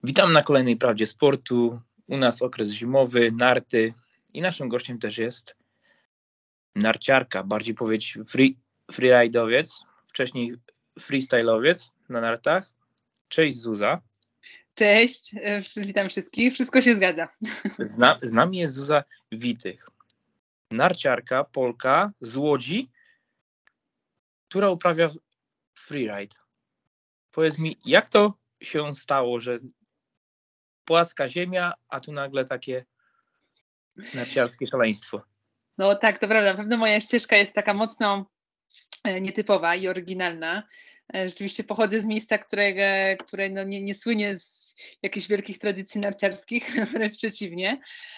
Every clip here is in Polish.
Witam na kolejnej Prawdzie Sportu. U nas okres zimowy, narty i naszym gościem też jest narciarka, bardziej powiedzieć freeride'owiec, wcześniej freestyle'owiec na nartach. Cześć Zuza. Cześć, witam wszystkich. Wszystko się zgadza. Z nami jest Zuza Witych, narciarka, Polka z Łodzi, która uprawia freeride. Powiedz mi, jak to się stało, że płaska ziemia, a tu nagle takie narciarskie szaleństwo? No tak, to prawda. Na pewno moja ścieżka jest taka mocno nietypowa i oryginalna. Rzeczywiście pochodzę z miejsca, które no nie słynie z jakichś wielkich tradycji narciarskich, wręcz przeciwnie.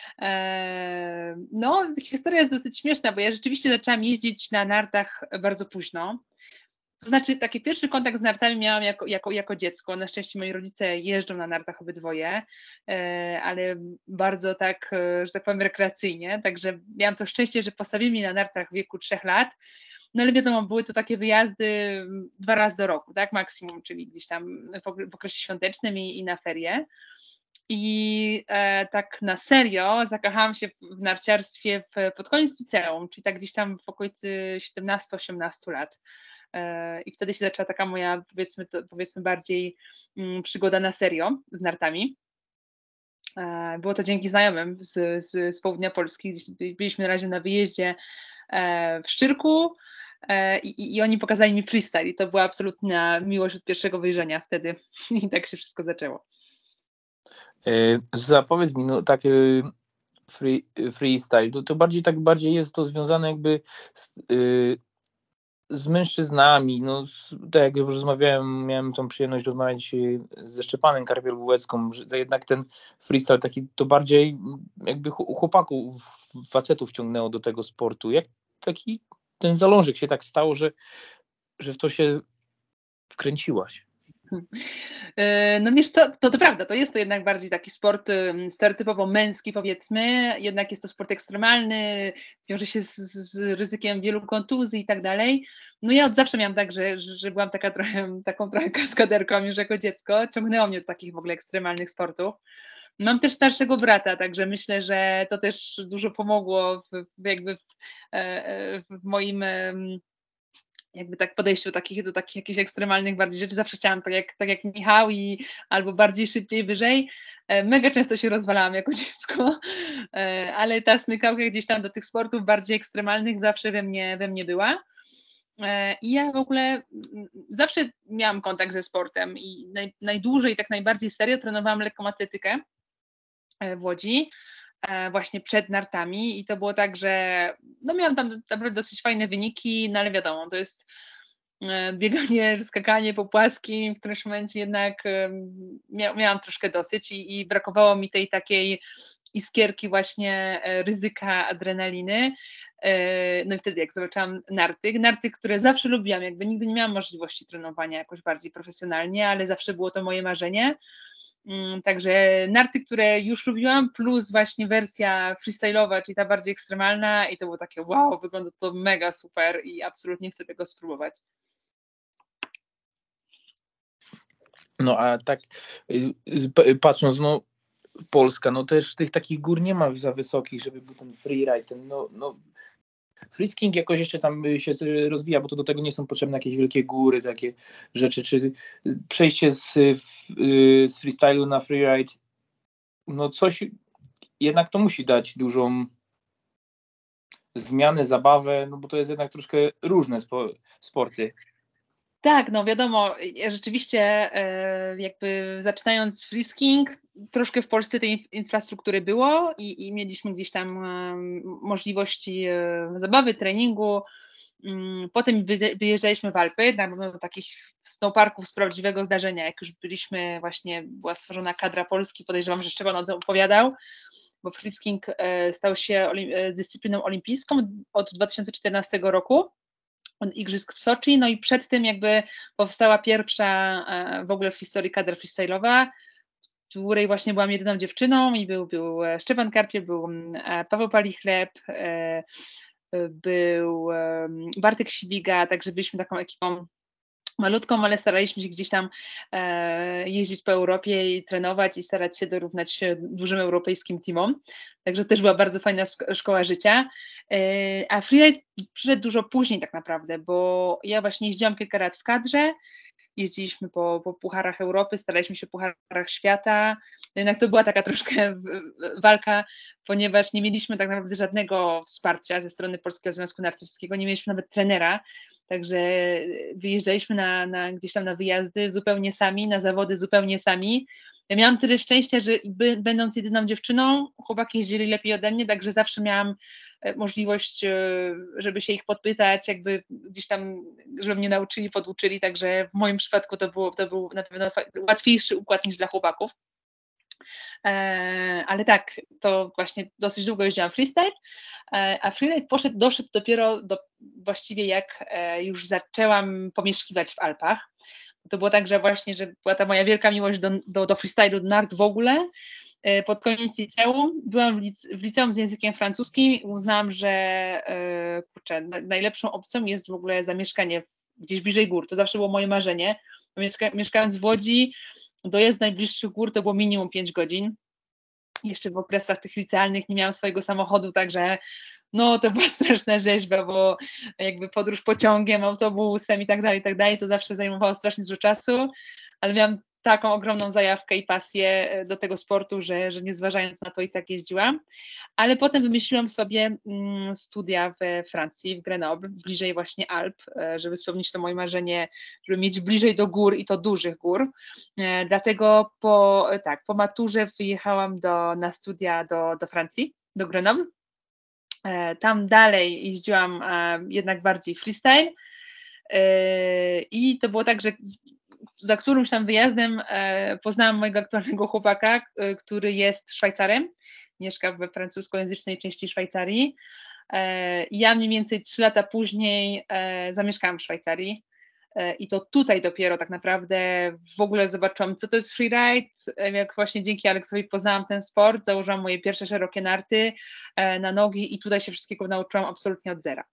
No, historia jest dosyć śmieszna, bo ja rzeczywiście zaczęłam jeździć na nartach bardzo późno. To znaczy, taki pierwszy kontakt z nartami miałam jako dziecko. Na szczęście moi rodzice jeżdżą na nartach obydwoje, ale bardzo tak, że tak powiem, rekreacyjnie. Także miałam to szczęście, że postawili mnie na nartach w wieku 3 lat. No ale wiadomo, były to takie wyjazdy 2 razy do roku, tak, maksimum, czyli gdzieś tam w okresie świątecznym i na ferie. I tak na serio zakochałam się w narciarstwie pod koniec liceum, czyli tak gdzieś tam w okolicy 17-18 lat. I wtedy się zaczęła taka moja, powiedzmy bardziej przygoda na serio z nartami. Było to dzięki znajomym z południa Polski. Byliśmy na razie na wyjeździe w Szczyrku i oni pokazali mi freestyle i to była absolutna miłość od pierwszego wejrzenia wtedy i tak się wszystko zaczęło. Zapowiedz mi, no takie freestyle, to bardziej jest to związane jakby z mężczyznami, no tak jak już rozmawiałem, miałem tą przyjemność rozmawiać ze Szczepanem Karpiel-Bułecką, że jednak ten freestyle taki to bardziej jakby chłopaków, facetów ciągnęło do tego sportu. Jak taki ten zalążek się tak stało, że w to się wkręciłaś? No wiesz co, to prawda, to jest to jednak bardziej taki sport stereotypowo męski, powiedzmy, jednak jest to sport ekstremalny, wiąże się z ryzykiem wielu kontuzji i tak dalej. No ja od zawsze miałam tak, że byłam taką trochę kaskaderką już jako dziecko, ciągnęło mnie do takich w ogóle ekstremalnych sportów. Mam też starszego brata, także myślę, że to też dużo pomogło w moim jakby tak podejściu do takich jakichś ekstremalnych bardziej rzeczy. Zawsze chciałam tak jak Michał albo bardziej, szybciej, wyżej. Mega często się rozwalałam jako dziecko, ale ta smykałka gdzieś tam do tych sportów bardziej ekstremalnych zawsze we mnie była. I ja w ogóle zawsze miałam kontakt ze sportem i najdłużej, tak najbardziej serio trenowałam lekką atletykę w Łodzi, właśnie przed nartami i to było tak, że no miałam tam naprawdę dosyć fajne wyniki, no ale wiadomo, to jest bieganie, skakanie po płaskim, w którymś momencie jednak miałam troszkę dosyć i brakowało mi tej takiej iskierki właśnie ryzyka, adrenaliny. No i wtedy jak zobaczyłam narty, które zawsze lubiłam, jakby nigdy nie miałam możliwości trenowania jakoś bardziej profesjonalnie, ale zawsze było to moje marzenie. Także narty, które już lubiłam, plus właśnie wersja freestyle'owa, czyli ta bardziej ekstremalna i to było takie wow, wygląda to mega super i absolutnie chcę tego spróbować. No a tak patrząc, no Polska, no też tych takich gór nie ma za wysokich, żeby był ten freeride, no freeskiing jakoś jeszcze tam się rozwija, bo to do tego nie są potrzebne jakieś wielkie góry, takie rzeczy, czy przejście z freestylu na freeride, no coś jednak to musi dać dużą zmianę, zabawę, no bo to jest jednak troszkę różne sporty. Tak, no wiadomo, rzeczywiście jakby zaczynając freeskiing, troszkę w Polsce tej infrastruktury było i mieliśmy gdzieś tam możliwości zabawy, treningu. Potem wyjeżdżaliśmy w Alpy, do takich snowparków z prawdziwego zdarzenia. Jak już byliśmy, właśnie była stworzona kadra Polski, podejrzewam, że Szczepan o tym opowiadał, bo freeskiing stał się dyscypliną olimpijską od 2014 roku. Igrzysk w Soczi, no i przed tym jakby powstała pierwsza w ogóle w historii kadra freestyle'owa, w której właśnie byłam jedyną dziewczyną i był Szczepan Karpiel, był Paweł Palichleb, był Bartek Siwiga, także byliśmy taką ekipą malutką, ale staraliśmy się gdzieś tam jeździć po Europie i trenować i starać się dorównać się dużym europejskim teamom. Także też była bardzo fajna szkoła życia. A freeride przyszedł dużo później tak naprawdę, bo ja właśnie jeździłam kilka lat w kadrze, jeździliśmy po Pucharach Europy, staraliśmy się po Pucharach Świata. Jednak to była taka troszkę walka, ponieważ nie mieliśmy tak naprawdę żadnego wsparcia ze strony Polskiego Związku Narciarskiego, nie mieliśmy nawet trenera, także wyjeżdżaliśmy gdzieś tam na wyjazdy zupełnie sami, na zawody zupełnie sami. Ja miałam tyle szczęścia, że będąc jedyną dziewczyną, chłopaki jeździli lepiej ode mnie, także zawsze miałam możliwość, żeby się ich podpytać, jakby gdzieś tam, żeby mnie nauczyli, poduczyli, także w moim przypadku to był na pewno łatwiejszy układ niż dla chłopaków. Ale tak, to właśnie dosyć długo jeździłam freestyle, a freeride doszedł dopiero właściwie jak już zaczęłam pomieszkiwać w Alpach. To było tak, że właśnie, że była ta moja wielka miłość do freestylu, do nart w ogóle. Pod koniec liceum byłam w liceum z językiem francuskim i uznałam, że kurczę, najlepszą opcją jest w ogóle zamieszkanie gdzieś bliżej gór. To zawsze było moje marzenie. Mieszkając w Łodzi, dojazd najbliższych gór to było minimum 5 godzin. Jeszcze w okresach tych licealnych nie miałam swojego samochodu, także no to była straszna rzeźba, bo jakby podróż pociągiem, autobusem i tak dalej, to zawsze zajmowało strasznie dużo czasu, ale miałam taką ogromną zajawkę i pasję do tego sportu, że nie zważając na to i tak jeździłam. Ale potem wymyśliłam sobie studia we Francji, w Grenoble, bliżej właśnie Alp, żeby spełnić to moje marzenie, żeby mieć bliżej do gór i to dużych gór. Dlatego po maturze wyjechałam na studia do Francji, do Grenoble. Tam dalej jeździłam jednak bardziej freestyle i to było tak, że za którymś tam wyjazdem poznałam mojego aktualnego chłopaka, który jest Szwajcarem, mieszka we francuskojęzycznej części Szwajcarii. I ja mniej więcej 3 lata później zamieszkałam w Szwajcarii. I to tutaj dopiero tak naprawdę w ogóle zobaczyłam, co to jest freeride, jak właśnie dzięki Aleksowi poznałam ten sport, założyłam moje pierwsze szerokie narty na nogi i tutaj się wszystkiego nauczyłam absolutnie od zera.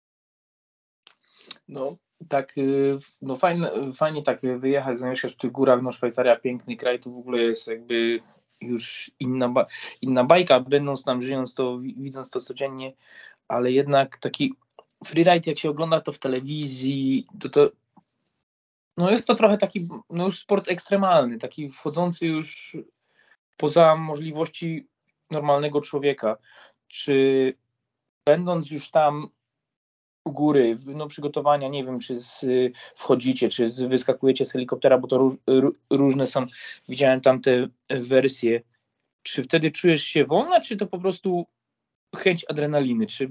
No tak, no fajnie tak wyjechać, zamieszkać w tych górach, no Szwajcaria, piękny kraj, to w ogóle jest jakby już inna bajka, będąc tam, żyjąc to, widząc to codziennie, ale jednak taki freeride, jak się ogląda to w telewizji, to no jest to trochę taki no już sport ekstremalny, taki wchodzący już poza możliwości normalnego człowieka. Czy będąc już tam u góry, no przygotowania, nie wiem, czy wchodzicie, czy wyskakujecie z helikoptera, bo to różne są, widziałem tam te wersje. Czy wtedy czujesz się wolna, czy to po prostu chęć adrenaliny, czy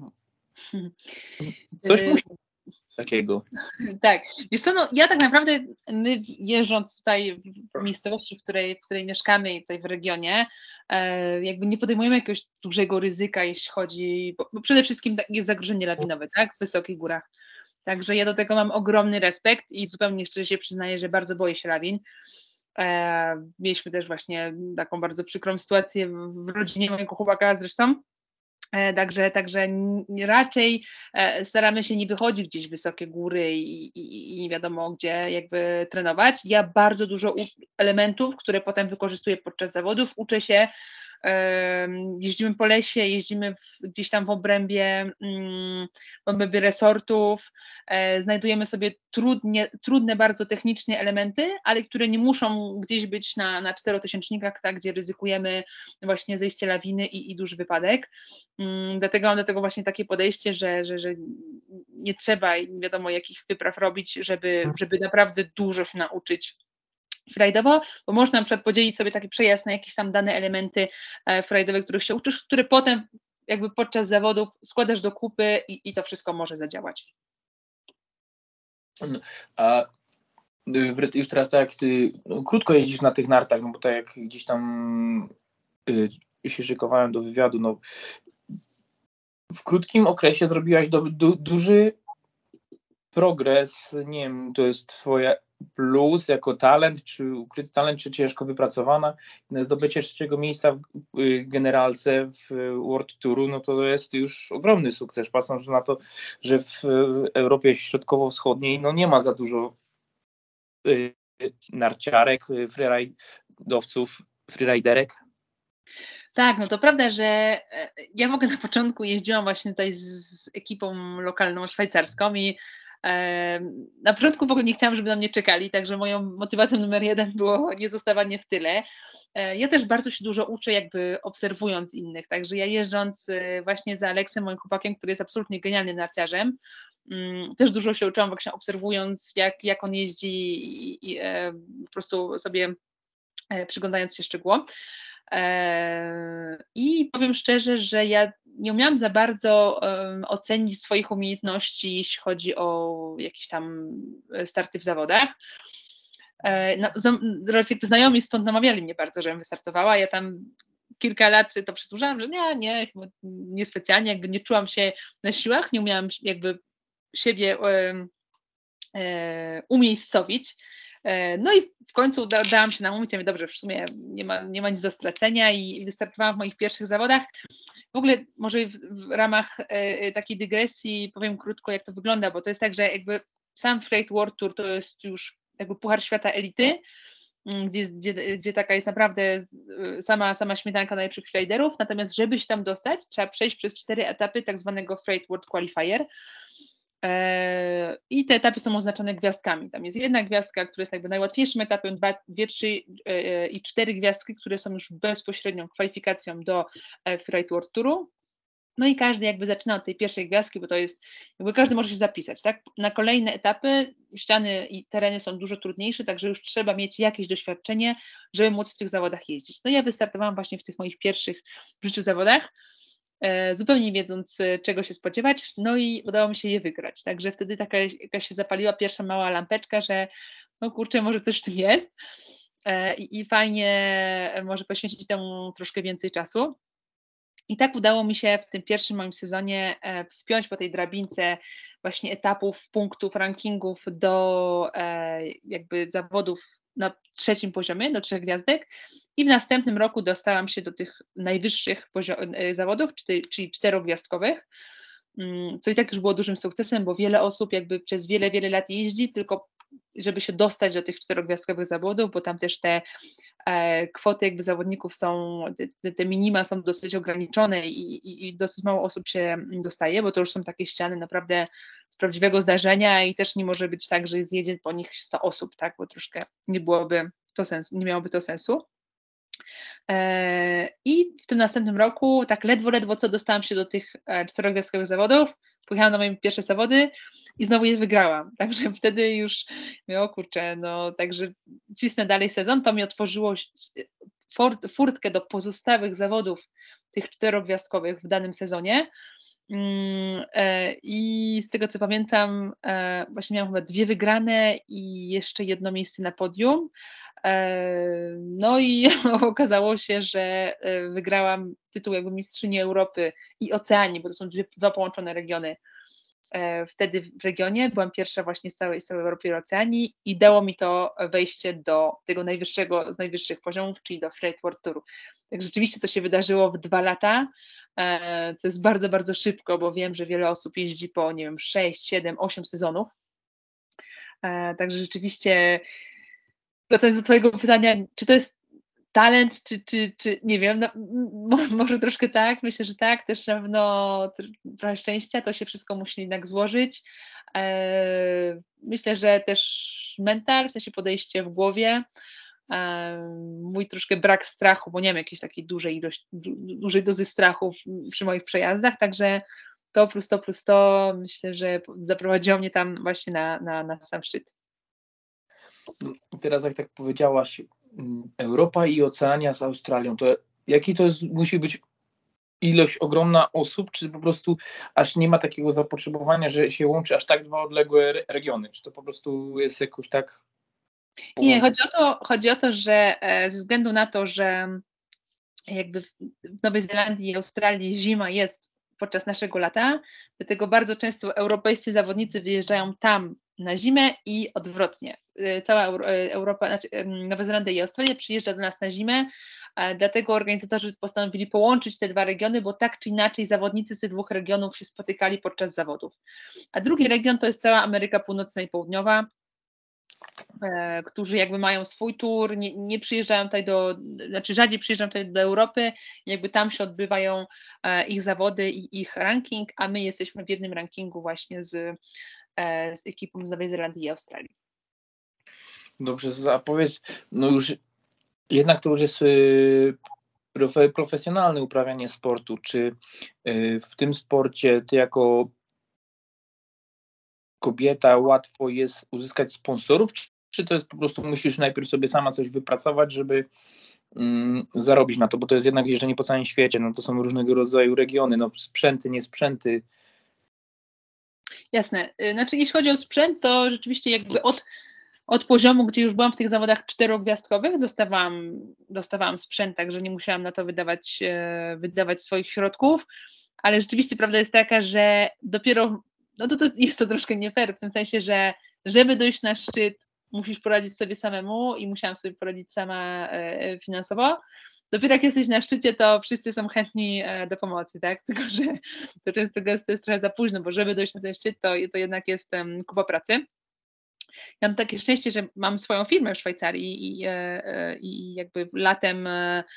coś musi takiego? Tak, wiesz co, no ja tak naprawdę, my jeżdżąc tutaj w miejscowości, w której mieszkamy, tutaj w regionie, jakby nie podejmujemy jakiegoś dużego ryzyka, jeśli chodzi, bo przede wszystkim jest zagrożenie lawinowe, tak, w wysokich górach. Także ja do tego mam ogromny respekt i zupełnie szczerze się przyznaję, że bardzo boję się lawin. Mieliśmy też właśnie taką bardzo przykrą sytuację w rodzinie mojego chłopaka zresztą. Także raczej staramy się nie wychodzić gdzieś w wysokie góry i nie wiadomo gdzie jakby trenować. Ja bardzo dużo elementów, które potem wykorzystuję podczas zawodów, uczę się. Jeździmy po lesie, jeździmy gdzieś tam w obrębie resortów, znajdujemy sobie trudne bardzo technicznie elementy, ale które nie muszą gdzieś być na 4-tysięcznikach, tak, gdzie ryzykujemy właśnie zejście lawiny i duży wypadek. Dlatego mam do tego właśnie takie podejście, że nie trzeba nie wiadomo jakich wypraw robić, żeby naprawdę dużo się nauczyć frajdowo, bo można na przykład podzielić sobie taki przejazd na jakieś tam dane elementy frajdowe, których się uczysz, które potem jakby podczas zawodów składasz do kupy i to wszystko może zadziałać. A już teraz tak jak ty krótko jeździsz na tych nartach, no bo tak jak gdzieś tam się szykowałem do wywiadu, no w krótkim okresie zrobiłaś duży progres, nie wiem, to jest twoje plus jako talent, czy ukryty talent, czy ciężko wypracowana. Zdobycie 3. miejsca w generalce w World Touru, no to jest już ogromny sukces, patrząc na to, że w Europie Środkowo-Wschodniej no nie ma za dużo narciarek, freeridowców, freeriderek? Tak, no to prawda, że ja w ogóle na początku jeździłam właśnie tutaj z ekipą lokalną szwajcarską i na początku w ogóle nie chciałam, żeby na mnie czekali, także moją motywacją numer jeden było nie zostawanie w tyle. Ja też bardzo się dużo uczę jakby obserwując innych, także ja jeżdżąc właśnie za Aleksem, moim chłopakiem, który jest absolutnie genialnym narciarzem, też dużo się uczyłam właśnie obserwując jak on jeździ i po prostu sobie przyglądając się szczegółom. I powiem szczerze, że ja nie umiałam za bardzo ocenić swoich umiejętności, jeśli chodzi o jakieś tam starty w zawodach. No, znajomi stąd namawiali mnie bardzo, żebym wystartowała. Ja tam kilka lat to przedłużałam, że nie, chyba niespecjalnie, jakby nie czułam się na siłach, nie umiałam jakby siebie umiejscowić. No i w końcu dałam się namówić, ja mówię, dobrze, w sumie nie ma nic do stracenia i wystartowałam w moich pierwszych zawodach. W ogóle może w ramach takiej dygresji powiem krótko, jak to wygląda, bo to jest tak, że jakby sam Freight World Tour to jest już jakby Puchar Świata Elity, gdzie taka jest naprawdę sama śmietanka najlepszych freeriderów, natomiast żeby się tam dostać, trzeba przejść przez 4 etapy tak zwanego Freight World Qualifier. I te etapy są oznaczone gwiazdkami. Tam jest jedna gwiazdka, która jest jakby najłatwiejszym etapem, 2, 3 i 4 gwiazdki, które są już bezpośrednią kwalifikacją do Freight World Touru. No i każdy jakby zaczyna od tej pierwszej gwiazdki, bo to jest, jakby każdy może się zapisać, tak? Na kolejne etapy ściany i tereny są dużo trudniejsze, także już trzeba mieć jakieś doświadczenie, żeby móc w tych zawodach jeździć. No ja wystartowałam właśnie w tych moich pierwszych w życiu zawodach, zupełnie nie wiedząc, czego się spodziewać, no i udało mi się je wygrać. Także wtedy jakaś się zapaliła pierwsza mała lampeczka, że no kurczę, może coś w tym jest i fajnie może poświęcić temu troszkę więcej czasu. I tak udało mi się w tym pierwszym moim sezonie wspiąć po tej drabince właśnie etapów, punktów, rankingów do jakby zawodów na 3. poziomie, do 3 gwiazdek i w następnym roku dostałam się do tych najwyższych zawodów, czyli 4-gwiazdkowych, co i tak już było dużym sukcesem, bo wiele osób jakby przez wiele lat jeździ, tylko żeby się dostać do tych 4-gwiazdkowych zawodów, bo tam też te kwoty jakby zawodników są, te minima są dosyć ograniczone i dosyć mało osób się dostaje, bo to już są takie ściany naprawdę z prawdziwego zdarzenia i też nie może być tak, że zjedzie po nich 100 osób, tak, bo troszkę nie miałoby to sensu. I w tym następnym roku tak ledwo co dostałam się do tych 4-gwiazdkowych zawodów, pojechałam na moje pierwsze zawody i znowu je wygrałam, także wtedy już o kurczę, no także cisnę dalej sezon, to mi otworzyło furtkę do pozostałych zawodów tych 4-gwiazdkowych w danym sezonie i z tego co pamiętam właśnie miałam chyba 2 wygrane i jeszcze 1 miejsce na podium. No i okazało się, że wygrałam tytuł jakby mistrzyni Europy i Oceanii, bo to są 2 połączone regiony. Wtedy w regionie byłam pierwsza właśnie z całej Europy i Oceanii i dało mi to wejście do tego z najwyższych poziomów, czyli do Freight World Touru. Tak rzeczywiście to się wydarzyło w 2 lata, to jest bardzo szybko, bo wiem, że wiele osób jeździ po, nie wiem, 6, 7, 8 sezonów. Także rzeczywiście, wracając do twojego pytania, czy to jest talent, czy nie wiem, no, może troszkę tak, myślę, że tak, też na pewno trochę szczęścia, to się wszystko musi jednak złożyć. Myślę, że też mental, w sensie podejście w głowie, mój troszkę brak strachu, bo nie mam jakiejś takiej dużej dozy strachu przy moich przejazdach, także to plus to, myślę, że zaprowadziło mnie tam właśnie na sam szczyt. Teraz jak tak powiedziałaś, Europa i Oceania z Australią, to jaki to musi być ilość ogromna osób, czy po prostu aż nie ma takiego zapotrzebowania, że się łączy aż tak 2 odległe regiony? Czy to po prostu jest jakoś tak? Nie, chodzi o to, że ze względu na to, że jakby w Nowej Zelandii i Australii zima jest podczas naszego lata, dlatego bardzo często europejscy zawodnicy wyjeżdżają tam na zimę i odwrotnie. Cała Europa, znaczy Nowa Zelandia i Australia przyjeżdża do nas na zimę, dlatego organizatorzy postanowili połączyć te 2 regiony, bo tak czy inaczej zawodnicy z tych 2 regionów się spotykali podczas zawodów. A drugi region to jest cała Ameryka Północna i Południowa, którzy jakby mają swój tour, nie przyjeżdżają tutaj znaczy rzadziej przyjeżdżają tutaj do Europy, jakby tam się odbywają ich zawody i ich ranking, a my jesteśmy w jednym rankingu właśnie z ekipą z Nowej Zelandii i Australii. Dobrze, zapowiedz, no już jednak to już jest profesjonalne uprawianie sportu. Czy w tym sporcie ty jako kobieta łatwo jest uzyskać sponsorów, czy to jest po prostu musisz najpierw sobie sama coś wypracować, żeby zarobić na to, bo to jest jednak jeżdżenie po całym świecie, no to są różnego rodzaju regiony, no sprzęty, nie sprzęty. Jasne. Znaczy jeśli chodzi o sprzęt, to rzeczywiście jakby od poziomu, gdzie już byłam w tych zawodach 4-gwiazdkowych, dostawałam sprzęt, także nie musiałam na to wydawać swoich środków, ale rzeczywiście prawda jest taka, że dopiero, no to jest to troszkę nie fair, w tym sensie, że żeby dojść na szczyt, musisz poradzić sobie samemu i musiałam sobie poradzić sama finansowo. Dopiero jak jesteś na szczycie, to wszyscy są chętni do pomocy, tak? Tylko że to często jest trochę za późno, bo żeby dojść na ten szczyt, to jednak jest kupa pracy. Ja mam takie szczęście, że mam swoją firmę w Szwajcarii i jakby latem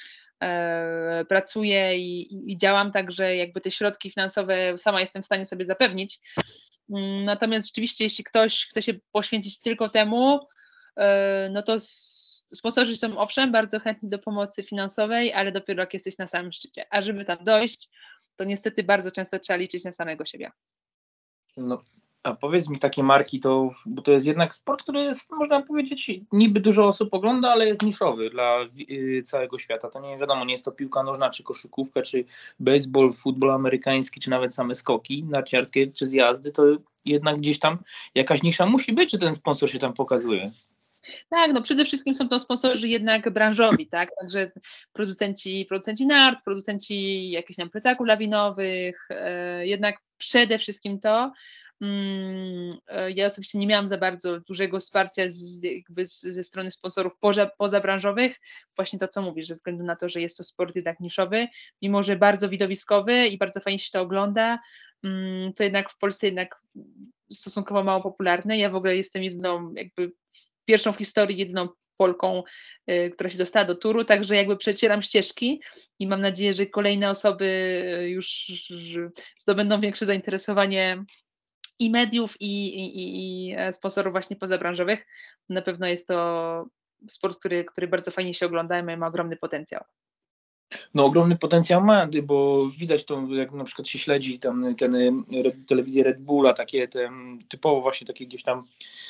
pracuję i działam, także jakby te środki finansowe sama jestem w stanie sobie zapewnić. Natomiast rzeczywiście, jeśli ktoś chce się poświęcić tylko temu, no to sponsorzy są owszem bardzo chętni do pomocy finansowej, ale dopiero jak jesteś na samym szczycie. A żeby tam dojść, to niestety bardzo często trzeba liczyć na samego siebie. No, a powiedz mi takie marki, bo to jest jednak sport, który jest, można powiedzieć, niby dużo osób ogląda, ale jest niszowy dla całego świata. To nie wiadomo, nie jest to piłka nożna, czy koszykówka, czy baseball, futbol amerykański, czy nawet same skoki narciarskie, czy zjazdy, to jednak gdzieś tam jakaś nisza musi być, czy ten sponsor się tam pokazuje. Tak, no przede wszystkim są to sponsorzy jednak branżowi, tak, także producenci nart, producenci jakichś tam plecaków lawinowych, jednak przede wszystkim to. Ja osobiście nie miałam za bardzo dużego wsparcia ze strony sponsorów pozabranżowych, właśnie to co mówisz, ze względu na to, że jest to sport jednak niszowy, mimo że bardzo widowiskowy i bardzo fajnie się to ogląda, to jednak w Polsce stosunkowo mało popularne. Ja w ogóle jestem pierwszą w historii jedyną Polką, która się dostała do turu, także jakby przecieram ścieżki i mam nadzieję, że kolejne osoby już zdobędą większe zainteresowanie i mediów, i sponsorów właśnie pozabranżowych. Na pewno jest to sport, który bardzo fajnie się ogląda i ma ogromny potencjał. No ogromny potencjał ma, bo widać to, jak na przykład się śledzi tam telewizję Red Bulla, takie typowo właśnie takie gdzieś tam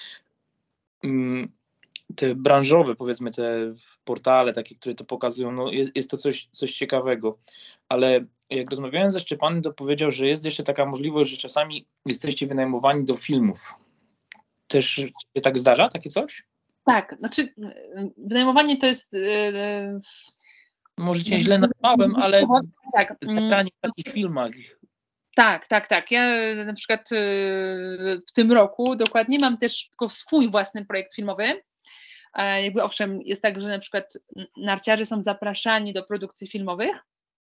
te branżowe, powiedzmy te portale takie, które to pokazują, no jest to coś ciekawego, ale jak rozmawiałem ze Szczepanem, to powiedział, że jest jeszcze taka możliwość, że czasami jesteście wynajmowani do filmów. Też się tak zdarza, takie coś? Tak, znaczy wynajmowanie to jest Może cię źle nazwałem, ale tak. zagranie w takich filmach. Tak. Ja na przykład w tym roku dokładnie mam też tylko swój własny projekt filmowy. Jakby owszem, jest tak, że na przykład narciarze są zapraszani do produkcji filmowych.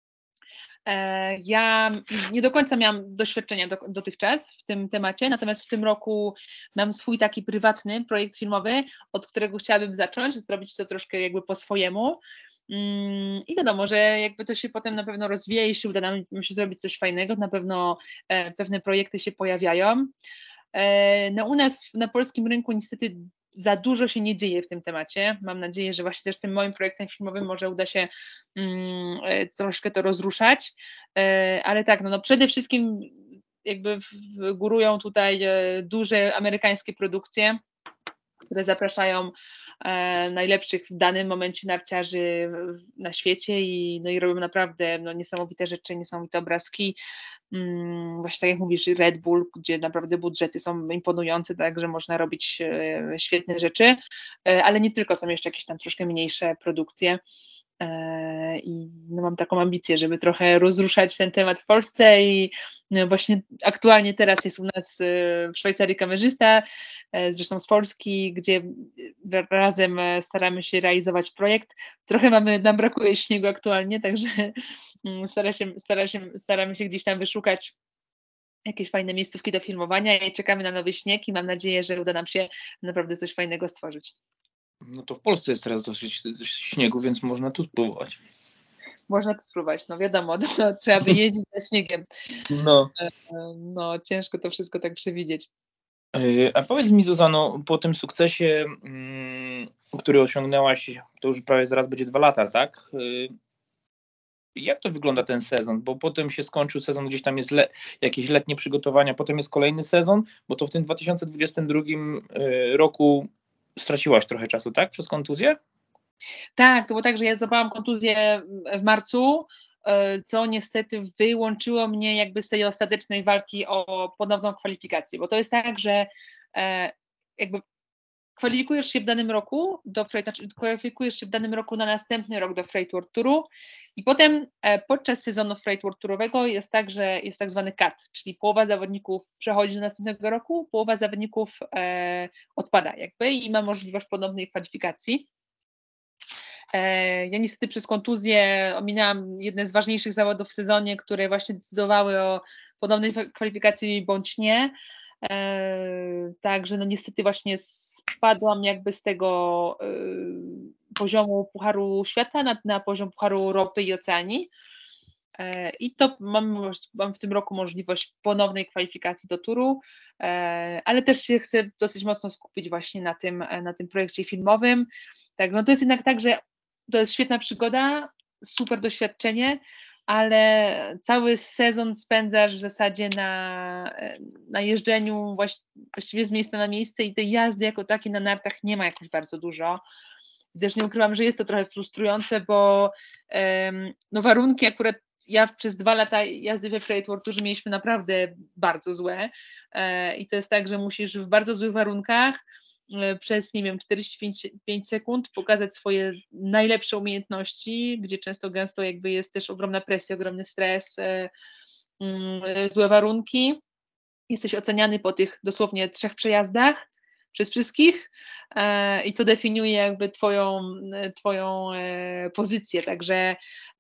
Ja nie do końca miałam doświadczenia dotychczas w tym temacie, natomiast w tym roku mam swój taki prywatny projekt filmowy, od którego chciałabym zacząć, zrobić to troszkę jakby po swojemu. I wiadomo, że jakby to się potem na pewno rozwija, jeśli uda nam się zrobić coś fajnego, na pewno pewne projekty się pojawiają. No u nas na polskim rynku niestety za dużo się nie dzieje w tym temacie. Mam nadzieję, że właśnie też tym moim projektem filmowym może uda się troszkę to rozruszać, ale tak, no przede wszystkim jakby górują tutaj duże amerykańskie produkcje, które zapraszają najlepszych w danym momencie narciarzy na świecie i robią naprawdę niesamowite rzeczy, niesamowite obrazki. Właśnie tak jak mówisz, Red Bull, gdzie naprawdę budżety są imponujące, tak, że można robić świetne rzeczy, ale nie tylko, są jeszcze jakieś tam troszkę mniejsze produkcje. I mam taką ambicję, żeby trochę rozruszać ten temat w Polsce i właśnie aktualnie teraz jest u nas w Szwajcarii kamerzysta, zresztą z Polski, gdzie razem staramy się realizować projekt. Trochę nam brakuje śniegu aktualnie, także staramy się gdzieś tam wyszukać jakieś fajne miejscówki do filmowania i czekamy na nowy śnieg i mam nadzieję, że uda nam się naprawdę coś fajnego stworzyć. No to w Polsce jest teraz dosyć śniegu, więc można tu spróbować. Można to spróbować, no wiadomo, trzeba by jeździć za śniegiem. No. No ciężko to wszystko tak przewidzieć. A powiedz mi, Zuzano, po tym sukcesie, który osiągnęłaś, to już prawie zaraz będzie 2 lata, tak? Jak to wygląda ten sezon? Bo potem się skończył sezon, gdzieś tam jest jakieś letnie przygotowania, potem jest kolejny sezon, bo to w tym 2022 roku straciłaś trochę czasu, tak? Przez kontuzję? Tak, to było tak, że ja złapałam kontuzję w marcu, co niestety wyłączyło mnie jakby z tej ostatecznej walki o ponowną kwalifikację, bo to jest tak, że jakby kwalifikujesz się w danym roku kwalifikujesz się w danym roku na następny rok do Freight World Touru i potem podczas sezonu Freight World Tourowego jest tak, że jest tak zwany cut, czyli połowa zawodników przechodzi do następnego roku, połowa zawodników odpada jakby i ma możliwość ponownej kwalifikacji. Ja niestety przez kontuzję ominęłam jedne z ważniejszych zawodów w sezonie, które właśnie decydowały o ponownej kwalifikacji bądź nie. Także no niestety właśnie spadłam jakby z tego poziomu Pucharu Świata na poziom Pucharu Europy i Oceanii. I to mam w tym roku możliwość ponownej kwalifikacji do Touru, ale też się chcę dosyć mocno skupić właśnie na tym projekcie filmowym. Tak, no to jest jednak tak, że to jest świetna przygoda, super doświadczenie, ale cały sezon spędzasz w zasadzie na jeżdżeniu właściwie z miejsca na miejsce i tej jazdy jako takiej na nartach nie ma jakoś bardzo dużo. Też nie ukrywam, że jest to trochę frustrujące, bo no warunki akurat ja przez 2 lata jazdy we Freight World Tourze mieliśmy naprawdę bardzo złe i to jest tak, że musisz w bardzo złych warunkach przez, nie wiem, 45 sekund pokazać swoje najlepsze umiejętności, gdzie często gęsto jakby jest też ogromna presja, ogromny stres, złe warunki. Jesteś oceniany po tych dosłownie 3 przejazdach przez wszystkich i to definiuje jakby twoją pozycję, także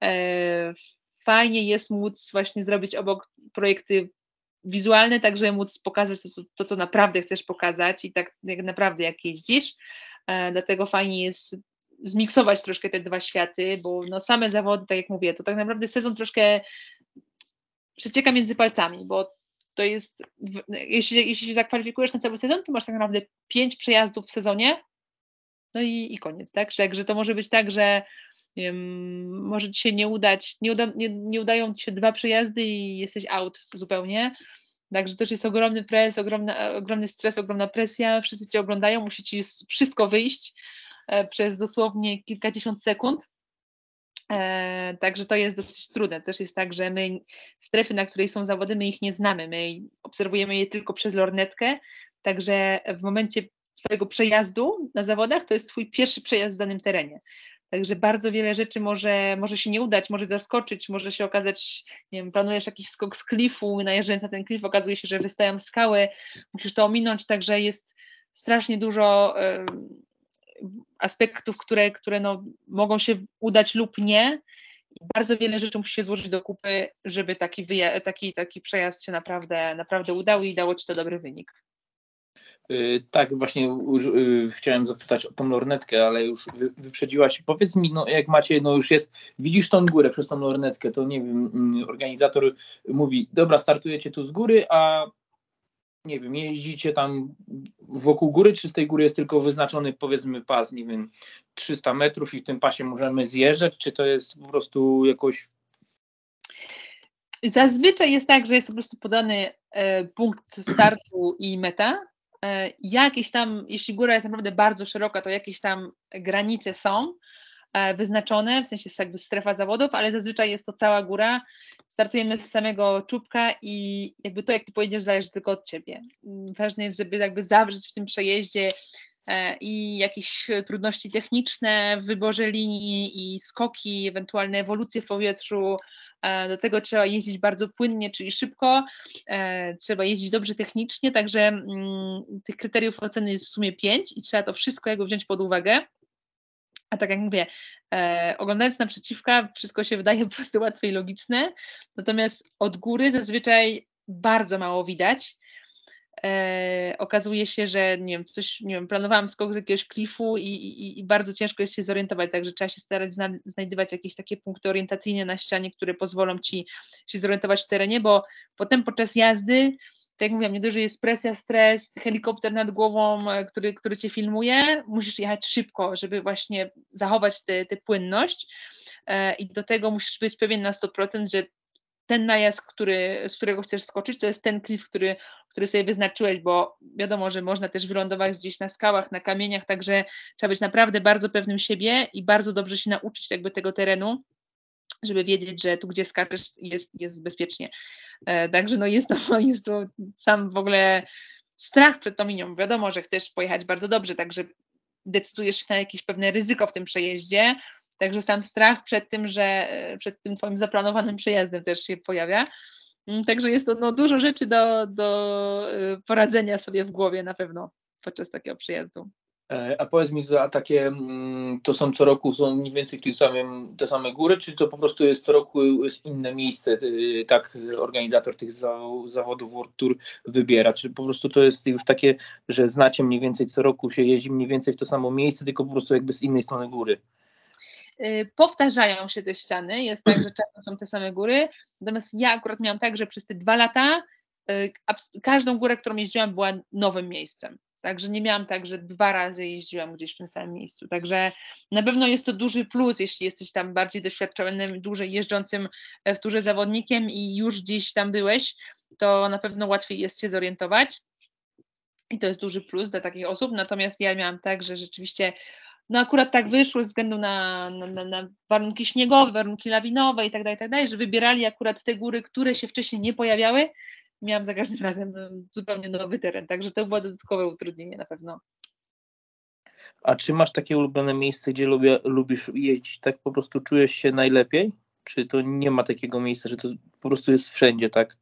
fajnie jest móc właśnie zrobić obok projekty wizualne, także móc pokazać to, co naprawdę chcesz pokazać i tak naprawdę jak jeździsz, dlatego fajnie jest zmiksować troszkę te 2 światy, bo no same zawody, tak jak mówię, to tak naprawdę sezon troszkę przecieka między palcami, bo to jest, jeśli się zakwalifikujesz na cały sezon, to masz tak naprawdę 5 przejazdów w sezonie, no i koniec, tak? Także to może być tak, że nie wiem, może ci się nie udają ci się 2 przejazdy i jesteś out zupełnie. Także też jest ogromny ogromny stres, ogromna presja, wszyscy cię oglądają, musi ci wszystko wyjść przez dosłownie kilkadziesiąt sekund. Także to jest dosyć trudne. Też jest tak, że my strefy, na której są zawody, my ich nie znamy, my obserwujemy je tylko przez lornetkę, także w momencie twojego przejazdu na zawodach to jest twój pierwszy przejazd w danym terenie. Także bardzo wiele rzeczy może się nie udać, może zaskoczyć, może się okazać, nie wiem, planujesz jakiś skok z klifu, najeżdżając na ten klif, okazuje się, że wystają skały, musisz to ominąć, także jest strasznie dużo aspektów, które no, mogą się udać lub nie. I bardzo wiele rzeczy musi się złożyć do kupy, żeby taki przejazd się naprawdę udał i dało ci to dobry wynik. Tak, właśnie chciałem zapytać o tą lornetkę, ale już wyprzedziłaś. Powiedz mi, no jak macie, no już jest, widzisz tą górę przez tą lornetkę, to nie wiem, organizator mówi, dobra, startujecie tu z góry, a nie wiem, jeździcie tam wokół góry, czy z tej góry jest tylko wyznaczony, powiedzmy, pas, nie wiem, 300 metrów i w tym pasie możemy zjeżdżać, czy to jest po prostu jakoś... Zazwyczaj jest tak, że jest po prostu podany punkt startu i meta. Jakieś tam, jeśli góra jest naprawdę bardzo szeroka, to jakieś tam granice są wyznaczone, w sensie jest jakby strefa zawodów, ale zazwyczaj jest to cała góra. Startujemy z samego czubka i jakby to, jak ty pojedziesz, zależy tylko od ciebie. Ważne jest, żeby jakby zawrzeć w tym przejeździe i jakieś trudności techniczne w wyborze linii i skoki, ewentualne ewolucje w powietrzu. Do tego trzeba jeździć bardzo płynnie, czyli szybko, trzeba jeździć dobrze technicznie, także tych kryteriów oceny jest w sumie 5 i trzeba to wszystko jakby wziąć pod uwagę. A tak jak mówię, oglądając naprzeciwka, wszystko się wydaje po prostu łatwe i logiczne, natomiast od góry zazwyczaj bardzo mało widać. Okazuje się, że nie wiem, planowałam skok z jakiegoś klifu i bardzo ciężko jest się zorientować, także trzeba się starać znajdywać jakieś takie punkty orientacyjne na ścianie, które pozwolą ci się zorientować w terenie, bo potem podczas jazdy, tak jak mówiłam, nie dość, że jest presja, stres, helikopter nad głową, który cię filmuje, musisz jechać szybko, żeby właśnie zachować tę płynność i do tego musisz być pewien na 100%, że ten najazd, z którego chcesz skoczyć, to jest ten klif, który sobie wyznaczyłeś, bo wiadomo, że można też wylądować gdzieś na skałach, na kamieniach, także trzeba być naprawdę bardzo pewnym siebie i bardzo dobrze się nauczyć jakby tego terenu, żeby wiedzieć, że tu, gdzie skaczesz, jest bezpiecznie. Także no jest to sam w ogóle strach przed tą linią. Wiadomo, że chcesz pojechać bardzo dobrze, także decydujesz się na jakieś pewne ryzyko w tym przejeździe, także sam strach przed tym twoim zaplanowanym przejazdem też się pojawia. Także jest to no, dużo rzeczy do poradzenia sobie w głowie na pewno podczas takiego przejazdu. A powiedz mi, a takie to są co roku, są mniej więcej te same góry, czy to po prostu jest co roku jest inne miejsce, tak organizator tych zawodów World Tour wybiera, czy po prostu to jest już takie, że znacie mniej więcej co roku się jeździ mniej więcej w to samo miejsce, tylko po prostu jakby z innej strony góry? Powtarzają się te ściany, jest tak, że czasem są te same góry, natomiast ja akurat miałam tak, że przez te 2 lata każdą górę, którą jeździłam, była nowym miejscem. Także nie miałam tak, że 2 razy jeździłam gdzieś w tym samym miejscu. Także na pewno jest to duży plus, jeśli jesteś tam bardziej doświadczonym, dłużej jeżdżącym w turze zawodnikiem i już gdzieś tam byłeś, to na pewno łatwiej jest się zorientować. I to jest duży plus dla takich osób. Natomiast ja miałam tak, że rzeczywiście no akurat tak wyszło ze względu na warunki śniegowe, warunki lawinowe i tak dalej, że wybierali akurat te góry, które się wcześniej nie pojawiały. Miałam za każdym razem zupełnie nowy teren, także to było dodatkowe utrudnienie na pewno. A czy masz takie ulubione miejsce, gdzie lubisz jeździć, tak po prostu czujesz się najlepiej? Czy to nie ma takiego miejsca, że to po prostu jest wszędzie, tak?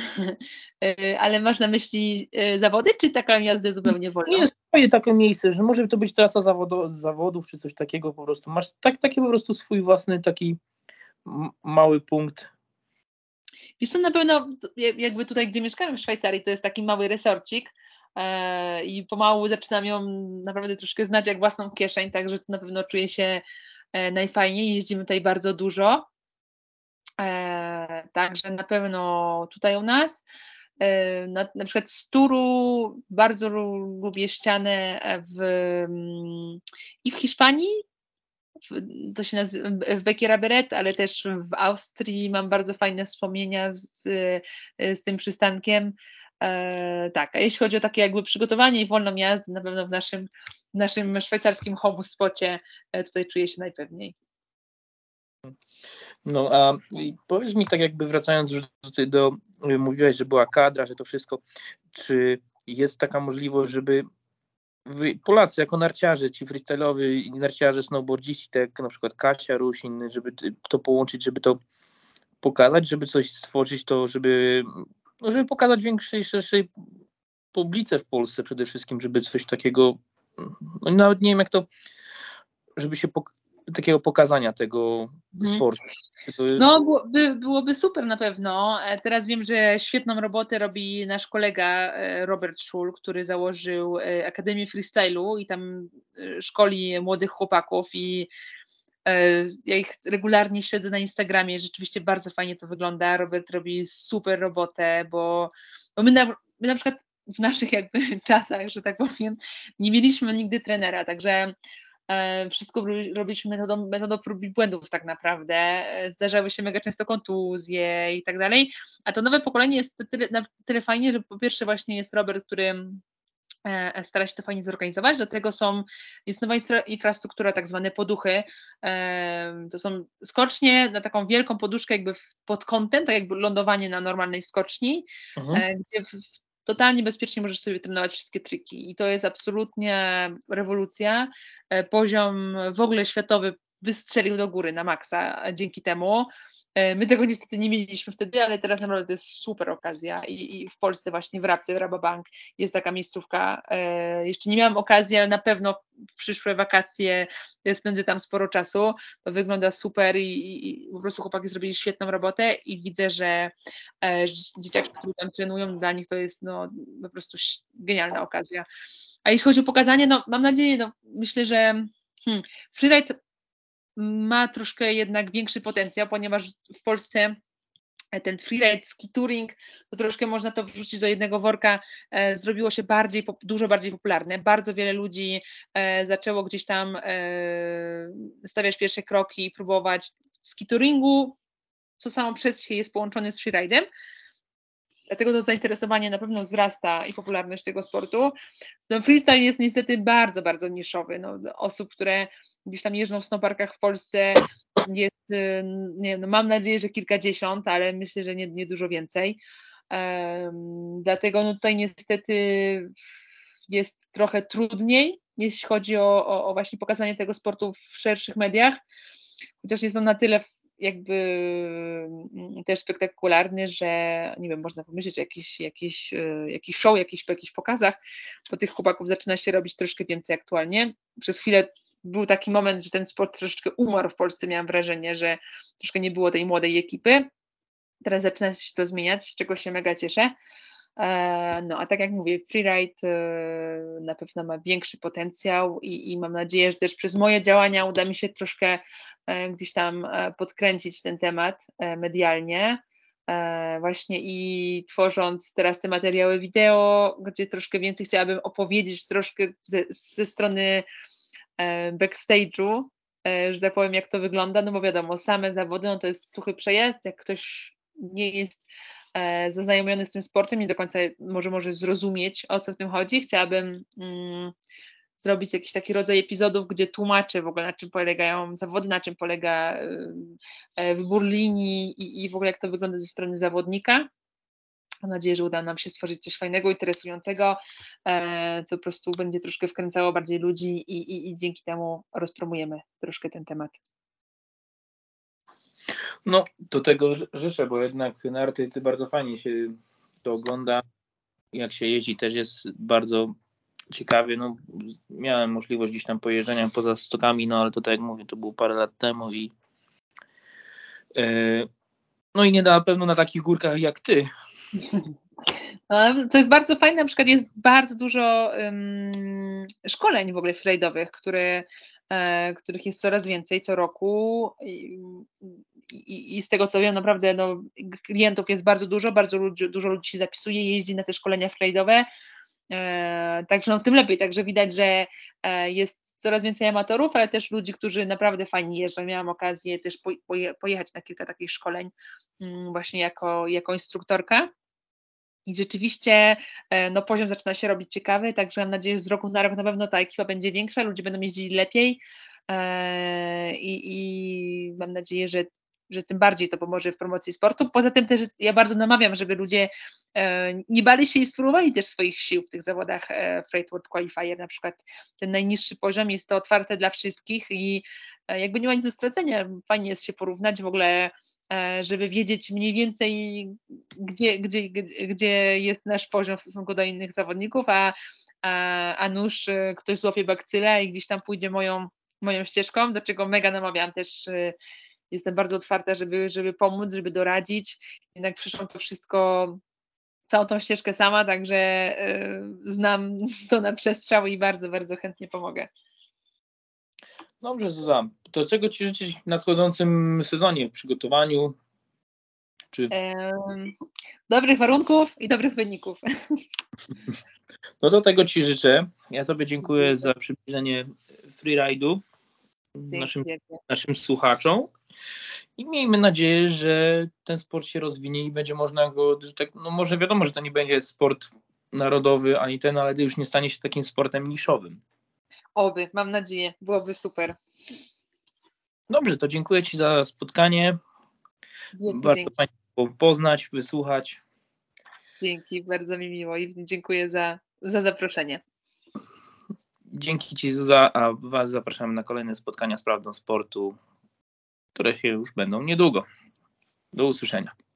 Ale masz na myśli zawody, czy taką jazdę zupełnie wolną? Nie, swoje takie miejsce, że może to być trasa z zawodów, czy coś takiego po prostu. Masz taki po prostu swój własny taki mały punkt. Wiesz co, na pewno jakby tutaj, gdzie mieszkamy w Szwajcarii, to jest taki mały resorcik i pomału zaczynam ją naprawdę troszkę znać jak własną kieszeń, także na pewno czuję się najfajniej. Jeździmy tutaj bardzo dużo, także na pewno tutaj u nas. Na przykład z Turu bardzo lubię ścianę i w Hiszpanii, to się nazywa w Becchiera Beret, ale też w Austrii mam bardzo fajne wspomnienia z tym przystankiem. Tak, a jeśli chodzi o takie jakby przygotowanie i wolną jazdę, na pewno w naszym szwajcarskim home spocie tutaj czuję się najpewniej. No a powiedz mi tak jakby wracając mówiłeś, że była kadra, że to wszystko, czy jest taka możliwość, żeby wy, Polacy jako narciarze, ci freestyle'owi narciarze, snowboardziści, tak jak na przykład Kasia Rusin, żeby to połączyć, żeby to pokazać, żeby coś stworzyć, to żeby pokazać większej, szerszej publice w Polsce przede wszystkim, żeby coś takiego, no nawet nie wiem jak to, żeby się takiego pokazania tego sportu. No byłoby super na pewno. Teraz wiem, że świetną robotę robi nasz kolega Robert Schul, który założył Akademię Freestylu i tam szkoli młodych chłopaków i ja ich regularnie śledzę na Instagramie, rzeczywiście bardzo fajnie to wygląda. Robert robi super robotę, bo my na przykład w naszych jakby czasach, że tak powiem, nie mieliśmy nigdy trenera, także wszystko robiliśmy metodą prób i błędów tak naprawdę. Zdarzały się mega często kontuzje i tak dalej, a to nowe pokolenie jest tyle fajnie, że po pierwsze właśnie jest Robert, który stara się to fajnie zorganizować. Do tego jest nowa infrastruktura, tak zwane poduchy. To są skocznie na taką wielką poduszkę jakby pod kątem, tak jakby lądowanie na normalnej skoczni, gdzie totalnie bezpiecznie możesz sobie trenować wszystkie triki i to jest absolutnie rewolucja. Poziom w ogóle światowy wystrzelił do góry na maksa dzięki temu. My tego niestety nie mieliśmy wtedy, ale teraz naprawdę to jest super okazja i w Polsce właśnie w Rabce, w Rabobank jest taka miejscówka. Jeszcze nie miałam okazji, ale na pewno w przyszłe wakacje spędzę tam sporo czasu. To wygląda super i po prostu chłopaki zrobili świetną robotę i widzę, że dzieciaki, którzy tam trenują, dla nich to jest no, po prostu genialna okazja. A jeśli chodzi o pokazanie, no mam nadzieję, no myślę, że freeride ma troszkę jednak większy potencjał, ponieważ w Polsce ten freeride, ski touring, to troszkę można to wrzucić do jednego worka, zrobiło się dużo bardziej popularne. Bardzo wiele ludzi zaczęło gdzieś tam stawiać pierwsze kroki, próbować ski touringu, co samo przez się jest połączone z freeridem. Dlatego to zainteresowanie na pewno wzrasta i popularność tego sportu. No, freestyle jest niestety bardzo, bardzo niszowy. No, osób, które gdzieś tam jeżdżą w snowparkach w Polsce jest, nie wiem, no mam nadzieję, że kilkadziesiąt, ale myślę, że nie dużo więcej. Dlatego no, tutaj niestety jest trochę trudniej, jeśli chodzi o właśnie pokazanie tego sportu w szerszych mediach, chociaż jest on na tyle jakby też spektakularny, że nie wiem, można pomyśleć o jakiś show, po jakichś pokazach, bo tych chłopaków zaczyna się robić troszkę więcej aktualnie. Przez chwilę był taki moment, że ten sport troszeczkę umarł w Polsce, miałam wrażenie, że troszkę nie było tej młodej ekipy. Teraz zaczyna się to zmieniać, z czego się mega cieszę. No a tak jak mówię, freeride na pewno ma większy potencjał i mam nadzieję, że też przez moje działania uda mi się troszkę gdzieś tam podkręcić ten temat medialnie. Właśnie i tworząc teraz te materiały wideo, gdzie troszkę więcej chciałabym opowiedzieć troszkę ze strony backstage'u, że tak powiem, jak to wygląda, no bo wiadomo, same zawody, no to jest suchy przejazd, jak ktoś nie jest zaznajomiony z tym sportem, nie do końca może zrozumieć, o co w tym chodzi. Chciałabym zrobić jakiś taki rodzaj epizodów, gdzie tłumaczę w ogóle, na czym polegają zawody, na czym polega wybór linii i w ogóle jak to wygląda ze strony zawodnika. Mam nadzieję, że uda nam się stworzyć coś fajnego, interesującego, co po prostu będzie troszkę wkręcało bardziej ludzi i dzięki temu rozpromujemy troszkę ten temat. No, do tego życzę, bo jednak narty bardzo fajnie się to ogląda. Jak się jeździ, też jest bardzo ciekawie. No, miałem możliwość gdzieś tam pojeżdżania poza stokami, no ale to tak jak mówię, to było parę lat temu i no i nie na pewno na takich górkach jak ty. Co jest bardzo fajne, na przykład jest bardzo dużo szkoleń w ogóle freeridowych, których jest coraz więcej co roku i z tego co wiem, naprawdę no, klientów jest bardzo dużo ludzi się zapisuje, jeździ na te szkolenia freeridowe, także no, tym lepiej, także widać, że jest coraz więcej amatorów, ale też ludzi, którzy naprawdę fajnie jeżdżą. Miałam okazję też pojechać na kilka takich szkoleń właśnie jako instruktorka. I rzeczywiście no, poziom zaczyna się robić ciekawy, także mam nadzieję, że z roku na rok na pewno ta ekipa będzie większa, ludzie będą jeździli lepiej i mam nadzieję, że tym bardziej to pomoże w promocji sportu. Poza tym też ja bardzo namawiam, żeby ludzie nie bali się i spróbowali też swoich sił w tych zawodach Freight World Qualifier, na przykład ten najniższy poziom jest to otwarte dla wszystkich i jakby nie ma nic do stracenia, fajnie jest się porównać w ogóle, żeby wiedzieć mniej więcej, gdzie jest nasz poziom w stosunku do innych zawodników, a nuż ktoś złapie bakcylę i gdzieś tam pójdzie moją ścieżką, do czego mega namawiam też. Jestem bardzo otwarta, żeby pomóc, żeby doradzić. Jednak przyszłam to wszystko, całą tą ścieżkę sama, także znam to na przestrzał i bardzo, bardzo chętnie pomogę. Dobrze, Zuzanna. To czego Ci życzyć w nadchodzącym sezonie, w przygotowaniu? Dobrych warunków i dobrych wyników. No to tego Ci życzę. Ja Tobie dziękuję za przybliżenie freeride'u naszym słuchaczom i miejmy nadzieję, że ten sport się rozwinie i będzie można go, tak, no może wiadomo, że to nie będzie sport narodowy ani ten, ale już nie stanie się takim sportem niszowym. Oby, mam nadzieję, byłoby super. Dobrze, to dziękuję Ci za spotkanie. Bardzo fajnie było poznać, wysłuchać. Dzięki, bardzo mi miło i dziękuję za zaproszenie. Dzięki Ci, Zuza, a Was zapraszamy na kolejne spotkania z Prawdą Sportu, które się już będą niedługo. Do usłyszenia.